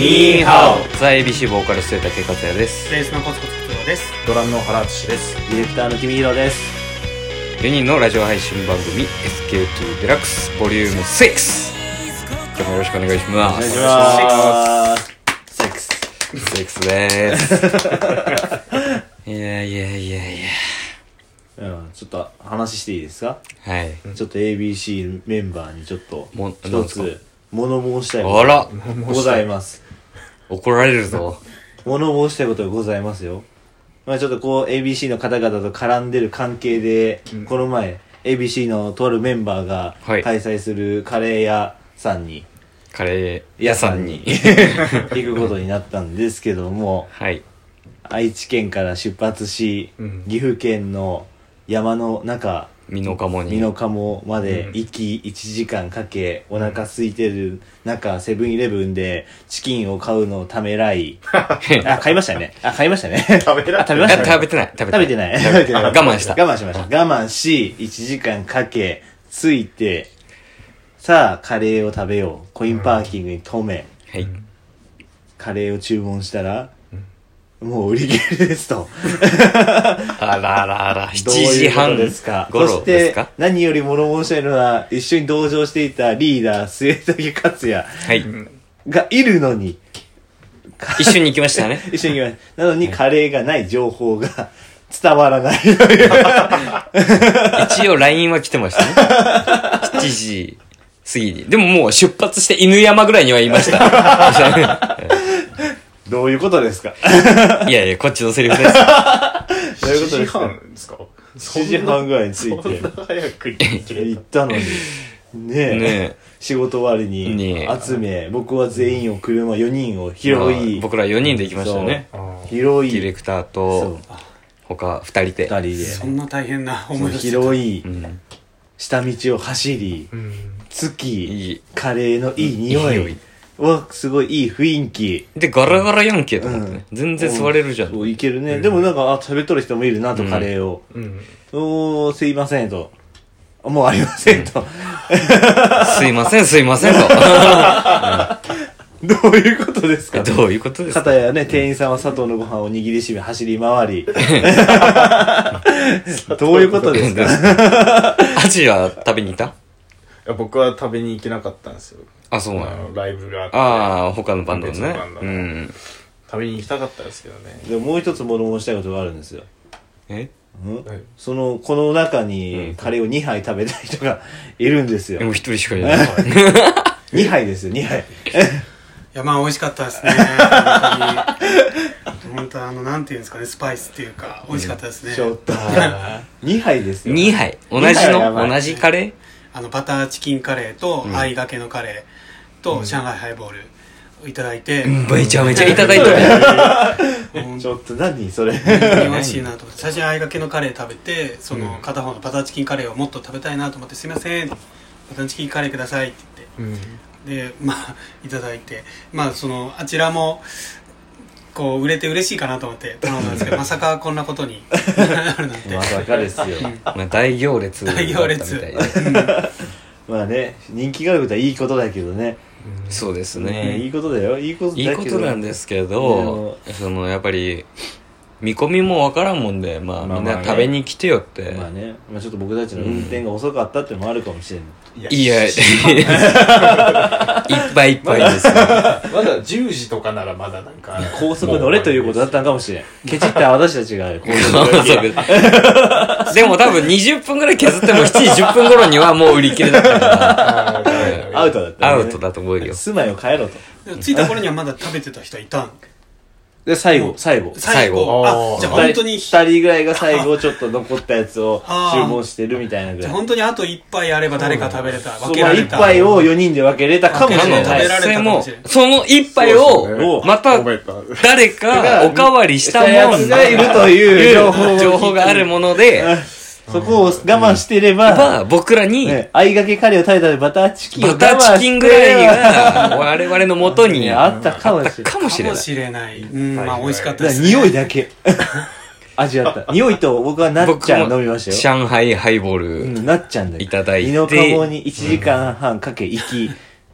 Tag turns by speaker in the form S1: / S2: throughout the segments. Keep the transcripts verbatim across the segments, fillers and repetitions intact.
S1: ニーハオ。ザ・エービーシー ボーカル末竹克也です。
S2: ベースのコツコツ工藤です。
S3: ドラムの原敦です。
S4: ディレクターの君弘です。
S1: よにんのラジオ配信番組 エスケーツー デラックスボリュームシックス。今日もよろしくお願いします。
S4: お願いします。セックス
S1: セックスでーす。いやいやいやいや。
S4: うん、ちょっと話していいですか？
S1: はい。
S4: ちょっと エービーシー メンバーにちょっと一つ物申したいことがございます。
S1: 怒られるぞ。
S4: 物申したいことがございますよ。まあちょっとこう エービーシー の方々と絡んでる関係で、うん、この前 エービーシー のとあるメンバーが開催するカレー屋さんに、
S1: はい、カレー屋さんに
S4: 行くことになったんですけども、
S1: はい、
S4: 愛知県から出発し、うん、岐阜県の山の中
S1: 美濃加茂に
S4: 美濃加茂まで行きいちじかんかけ、お腹空いてる中セブンイレブンでチキンを買うのをためらいあ、買いましたね。あ、買いましたね。
S3: 食べら
S4: 食べましたね。
S1: 食べてない。
S4: 食べてない。
S1: 食べてない。我慢した。
S4: 我慢しました。我慢し、いちじかんかけ、着いて、さあ、カレーを食べよう。コインパーキングに止め、
S1: はい。
S4: カレーを注文したら、もう売り切れですと。
S1: あららら、しちじはん
S4: ですか。
S1: 頃
S4: そし
S1: ですか。
S4: て何より物申したいのは、一緒に同乗していたリーダー末竹克也、
S1: はい、
S4: がいるのに
S1: 一緒に行きましたね。
S4: 一緒に行きました。なのにカレーがない情報が伝わらない。
S1: 一応 ライン は来てましたね。しちじ過ぎに。でももう出発して犬山ぐらいにはいました。
S4: どういうことですか？
S1: いやいや、こっちのセリフです。
S4: どういうことですか？
S3: しち
S4: じはんぐらいに着いて。
S3: そんな早く行
S4: ったのに。ねえ。
S1: ねえ。
S4: 仕事終わりに集め、僕は全員を車よにんを拾い。
S1: 僕らよにんで行きましたね。
S4: 拾い。
S1: ディレクターと、他ふたりで。
S4: ふたりで。
S2: そんな大変な思いを
S4: してた。拾い、下道を走り、着き、カレーのいい匂い。わ、すごいいい雰囲気
S1: でガラガラやんけと思ってね、うん、全然座れるじゃん。
S4: そういけるね、うん、でもなんかあ食べとる人もいるなと、うん、カレーを、うん、おーすいませんと、もうありませんと、うん、
S1: すいませんすいませんと、
S4: うん、どういうことですか？
S1: どういうことですか？
S4: 片やね、店員さんは砂糖のご飯を握りしめ走り回りどういうことですか？
S1: アジは食べに行った？
S3: いや僕は食べに行けなかったんですよ。
S1: あ、そうなの。
S3: ライブがあって。
S1: ああ、他のバンドのね。
S3: のうん。食べに行きたかったですけどね。
S4: でももう一つ物申したいことがあるんですよ。
S1: え？
S4: うん、その、この中にカレーをにはい食べたい人がいるんですよ。
S1: でも一人しかいない。
S4: にはいですよ、にはい。い
S2: や、まあ美味しかったですね。本当に。本当あの、なんていうんですかね、スパイスっていうか、美味しかったですね。
S4: ちょっと。にはいですよ。
S1: にはい。同じの？同じカレー？
S2: あのバターチキンカレーとあいがけのカレーと上海ハイボールをいただいて、
S1: うん、めちゃめちゃいただいて
S4: る。ちょっと何それ。
S2: 美味しいなと思って、最初にあいがけのカレー食べて、その片方のバターチキンカレーをもっと食べたいなと思って、すいませんバターチキンカレーくださいって言って、うん、でまあいただいて、まあそのあちらもこう売れて嬉しいかなと思って頼んだんですけど、まさかこんなことになるなんて。
S4: まさかですよ。
S1: まあ大行列だったみたいで。
S4: まあね、人気があることはいいことだけどね。
S1: そうですね。
S4: いいことだよ。いいことだけど。
S1: いいことなんですけど、そのやっぱり見込みもわからんもんで、まあみんな食べに来てよって。
S4: まあね、まあちょっと僕たちの運転が遅かったっていうのもあるかもしれない。
S1: いや、いっぱいいっぱいですよ。
S3: まだじゅうじとかならまだなんか
S4: 高速乗れということだったのかもしれん。ケチった私たちが高
S1: 速でも多分にじゅっぷんぐらい削ってもしちじじゅっぷん頃にはもう売り切れだったから
S4: アウトだった、ね、
S1: アウトだと思うよ。
S4: 住まいを変えろと。
S2: 着いた頃にはまだ食べてた人いたん
S4: で、最後、最後。
S2: 最後。あ、じゃあ本当に。
S4: 二人ぐらいが最後ちょっと残ったやつを注文してるみたいなぐらい。
S2: じゃあ本当にあと一杯あれば誰か食べれた。
S4: 分けられた。一杯をよにんで分けれたかもしれない。
S2: 食べられたかもしれない。
S1: その一杯を、また、誰かおかわりしたもん
S4: がいるという
S1: 情報があるもので、
S4: そこを我慢していれば、
S1: まあ、僕らに、
S4: あいがけカレーを食べたらバターチキンを我慢して
S1: バターチキンぐらいが、我々の元に
S4: あったかもしれない。
S1: かもしれない。
S2: かもしれない。うん、まあ美味しかったです
S4: ね。匂いだけ。味わった。匂いと僕はなっちゃん飲みました
S1: よ。上海ハイボール。
S4: うん、なっちゃんだよ。
S1: いただいて。
S4: 美濃加茂にいちじかんはんかけ行き、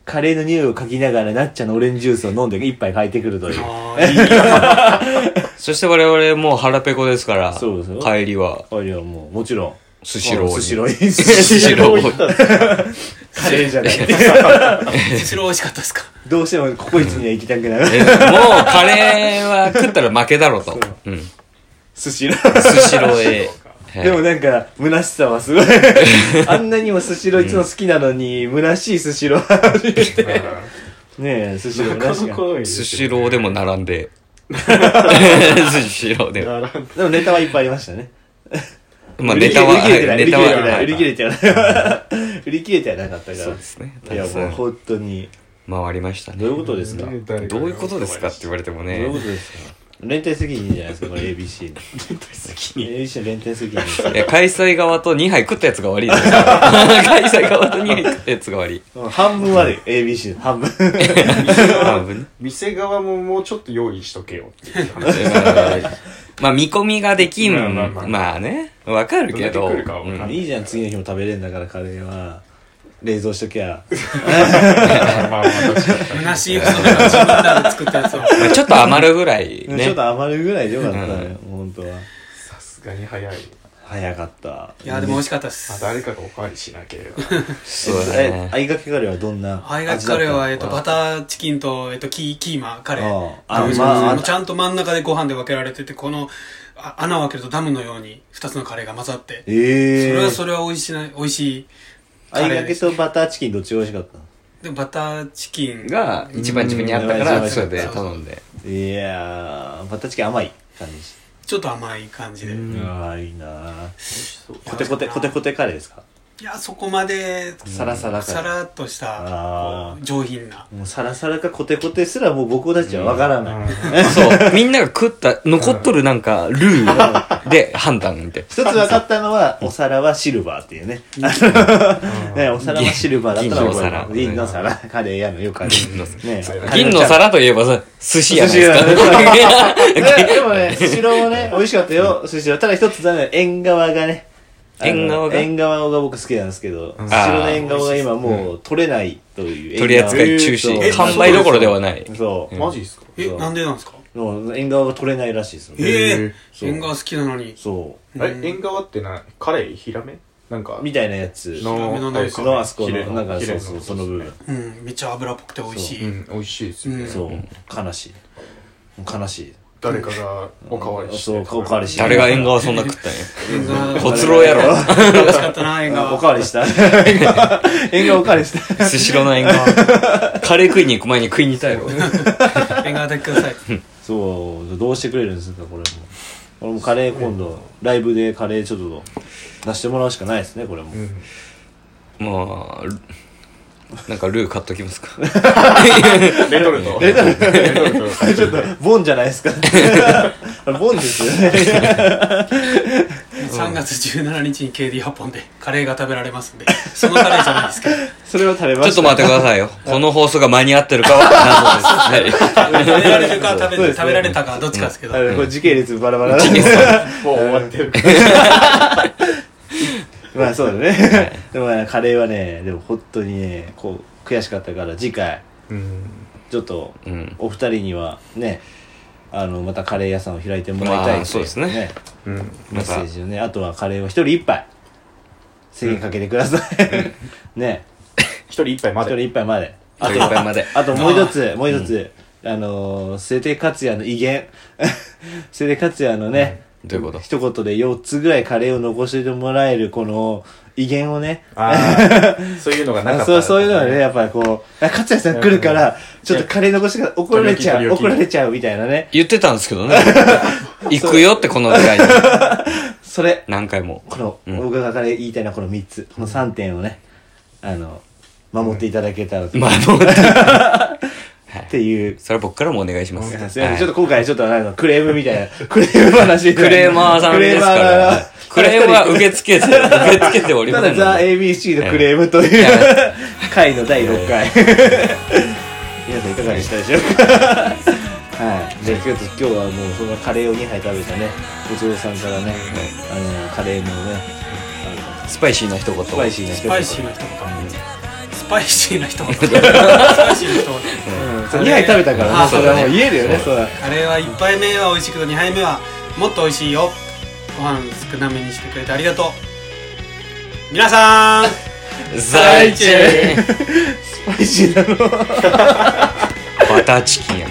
S4: カレーの匂いを嗅ぎながらなっちゃんのオレンジジュースを飲んで一杯帰ってくるという。
S2: あーいいな
S1: そして我々もう腹ペコですから、
S4: そうですよ
S1: 帰りは、
S4: あ、いや、もう、もちろん。
S1: スシローに。
S4: スシローに。
S1: スシローに。
S4: カレーじゃない。
S2: スシロー美味しかったですか？
S4: どうしてもココイチには行きたくなる。
S1: えもうカレーは食ったら負けだろと。うん。
S4: スシロー。
S1: スシローへ。
S4: でもなんか、虚しさはすごい。あんなにもスシローいつも好きなのに、虚しいスシロー初めて。ねえ、スシロー
S3: なか
S4: 確かに。
S3: なかない
S1: スシローでも並んで。スシローでも。
S3: 並んで
S4: でもネタはいっぱいありましたね。
S1: まあネタは、
S4: 売り切れてない。売り切れてない。売り切
S1: れ
S4: れてない。売り切れてはなかったから。
S1: そうですね。
S4: いや、もう本当に。
S1: 回りましたね。
S4: どういうことですか？
S1: どういうことですかって言われても
S4: どういう
S1: ね。
S4: ことですか？連帯責任じゃないですか、これ エービーシー の。
S3: 連帯責任
S4: エービーシー の連帯責任ですよ
S1: いや、開催側とにはい食ったやつが悪いです開催側とにはい食ったやつが悪い。
S4: うん半分悪い、エービーシー の半分。
S1: 半分ね。
S3: 店側ももうちょっと用意しとけよっていう話。
S1: まあ見込みができん、
S3: まあまあまあ
S1: まあね、わかるけど。
S3: どんだけ来るかわかんない
S1: うん
S4: いいじゃん、次の日も食べれるんだから、カレーは。冷蔵しときゃ。
S3: まあまあ確かに。
S2: 虚しいその自分らで作ったやつを。
S1: まあちょっと余るぐらい
S4: ちょっ
S1: ね。
S4: と余るぐらいでよかったね、本当は。
S3: さすがに早い。
S4: 早かった。
S2: いやでも美味しかったで
S3: あ、
S2: す。
S3: 誰かがおかわりしなければ。
S1: そうだ
S4: え
S1: ね。
S4: あいがけカレーはどんな
S2: あいがきカレーは、えっと、バ
S4: タ
S2: ターチキンと、えっと、キー、キーマカレー。
S4: ああ
S2: あ
S4: まあ
S2: ちゃんと真ん中でご飯で分けられてて、この、あ穴を開けるとダムのように二つのカレーが混ざって。
S4: ええ
S2: それはそれは美味しいな、美味しい
S4: あいがけ
S2: カレーです。
S4: とバターチキンどっちが美味しかったの？
S2: で、バターチキン
S1: が一番自分にあったか
S4: うん
S1: ら、それで頼んで。
S4: いやー、バターチキン甘い感じ。
S2: ちょっと甘い感じで。
S4: うわーいいなー。
S3: そう
S4: コテコテ、コテコテカレーですか？
S2: いや、そこまで、
S4: サラサラ
S2: さらっとした、
S4: あ
S2: こう上品な。
S4: もうサラサラかコテコテすらもう僕たちはわからない。
S1: そう。みんなが食った、残っとるなんか、ルーで判断みたいな。
S4: 一つ分かったのは、お皿はシルバーっていうね。ね、お皿はシルバーだったら
S1: 銀のお皿
S4: 銀の皿。カレー屋のよくある。
S1: 銀の
S4: ね
S1: 銀の皿といえばさ、寿司やないですか。
S4: ねでもね、スシローもね、美味しかったよ、スシロー。ただ一つ残念、縁側がね。あの
S1: 縁側が
S4: 縁側が僕好きなんですけど、スシローの縁側が今もう取れないという。
S1: 取り扱い中止。
S2: え
S1: 販売どころではない。
S4: そう。
S3: マジですか？
S2: え、なんでなんですか？
S4: もう縁側が取れないらしいですよ。
S2: ええ
S4: そう
S2: 縁側好きなのに。
S4: そ
S3: え、縁側ってな、カレー、ヒラメなんか
S4: う。、みたいなやつ
S2: ラメのなんか
S4: のあそこの、
S3: ヒレの
S4: なんか
S3: ヒレの
S4: そうそう、その部分。
S2: うん、めっちゃ油っぽくて美味しい。
S3: うん、美味しいですよね。
S2: うん
S4: そう。悲しい。悲しい。
S3: 誰かがおかわりして。
S4: そう、おかわりして。
S1: 誰が縁側そんな食ったんや。
S2: 縁側、
S1: こつろうやろ。
S2: 美味しかったな、縁
S4: お
S2: 側。
S4: かわりした。縁側おかわりした。
S1: スシローの縁側。カレー食いに行く前に食いに行ったやろ。
S2: 縁側だけください。
S4: そう、どうしてくれるんですか、これも。これもカレー今度、ライブでカレーちょっと出してもらうしかないですね、これも。
S3: うん。
S1: まあ、なんかルー買っときますか。
S3: レトルト。レトルト。レトルト。
S4: ちょっと、ボンじゃないですか。ボンですよね。
S2: さんがつじゅうしちにちに ケーディー はち本でカレーが食べられますんで、そのカレーじゃないですけど。
S4: それを食べました。
S1: ちょっと待ってくださいよ。この放送が間に合ってるかは謎です。はい。
S2: 食べられるか食べ
S4: そうですね
S2: 食べられたかどっちかですけど。
S4: あのこれ時系列バラバラ。
S3: もう終わってる。
S4: まあそうだね。でもね、カレーはね、でも本当にね、こう、悔しかったから次回、
S3: うん。
S4: ちょっと、
S1: うん。
S4: お二人にはね、あの、またカレー屋さんを開いてもらいたい
S1: まあそうですね。
S3: うん。
S4: メッセージをね、あとはカレーを一人一杯、制限かけてください。ね、
S3: 一人一杯ま
S4: 一人
S3: で。
S4: 一杯まで。あと
S1: 一人一杯まで。
S4: あともう一つ、もう一つ、あのー、末手克也の威厳。末手克也のね、
S1: どういうこと？
S4: 一言でよっつぐらいカレーを残してもらえるこの威厳をね、
S3: ああ、そういうのがなかった。
S4: そうそういうのはね、やっぱりこう、あ勝也さん来るから、ちょっとカレー残してから怒られちゃう、
S3: 取り置き
S4: 怒られちゃうみたいなね。
S1: 言ってたんですけどね。行くよってこの時代に。
S4: それ、
S1: 何回も。
S4: この、
S1: うん
S4: 僕がカレー言いたいのはこのみっつ、このさんてんをね、あの、守っていただけたらと、
S1: まあ、もう、
S4: っていう。
S1: それは僕からもお願いします。
S4: すいません、ちょっと今回ちょっとあの、クレームみたいな、クレーム話みたいな。
S1: クレーマーさんですか
S4: クレーマー
S1: ら
S4: が。
S1: クレームは受け付けて、受け付けておりま
S4: ただ、ザ・
S1: せんので。
S4: エービーシー のクレームという、
S1: や
S4: 回のだいろっかい。皆さんいかがでしたでしょうか。はい。じゃあ、ちょっと今日はもうそのカレーをにはい食べたね、おつろさんからね、あの、カレーのね、
S1: スパイシーな一言。
S4: スパイシーな一言
S2: スパイシーな一言。ススパイシーな一言スパイシーな一言、
S4: うん、にはい食べたからね、それはもう言えるよね。そうだ、
S2: カレーはいっぱいめは美味しいけどにはいめはもっと美味しいよ。ご飯少なめにしてくれてありがとう。皆さん
S1: 再见。
S4: スパイシーなの
S1: バターチキンや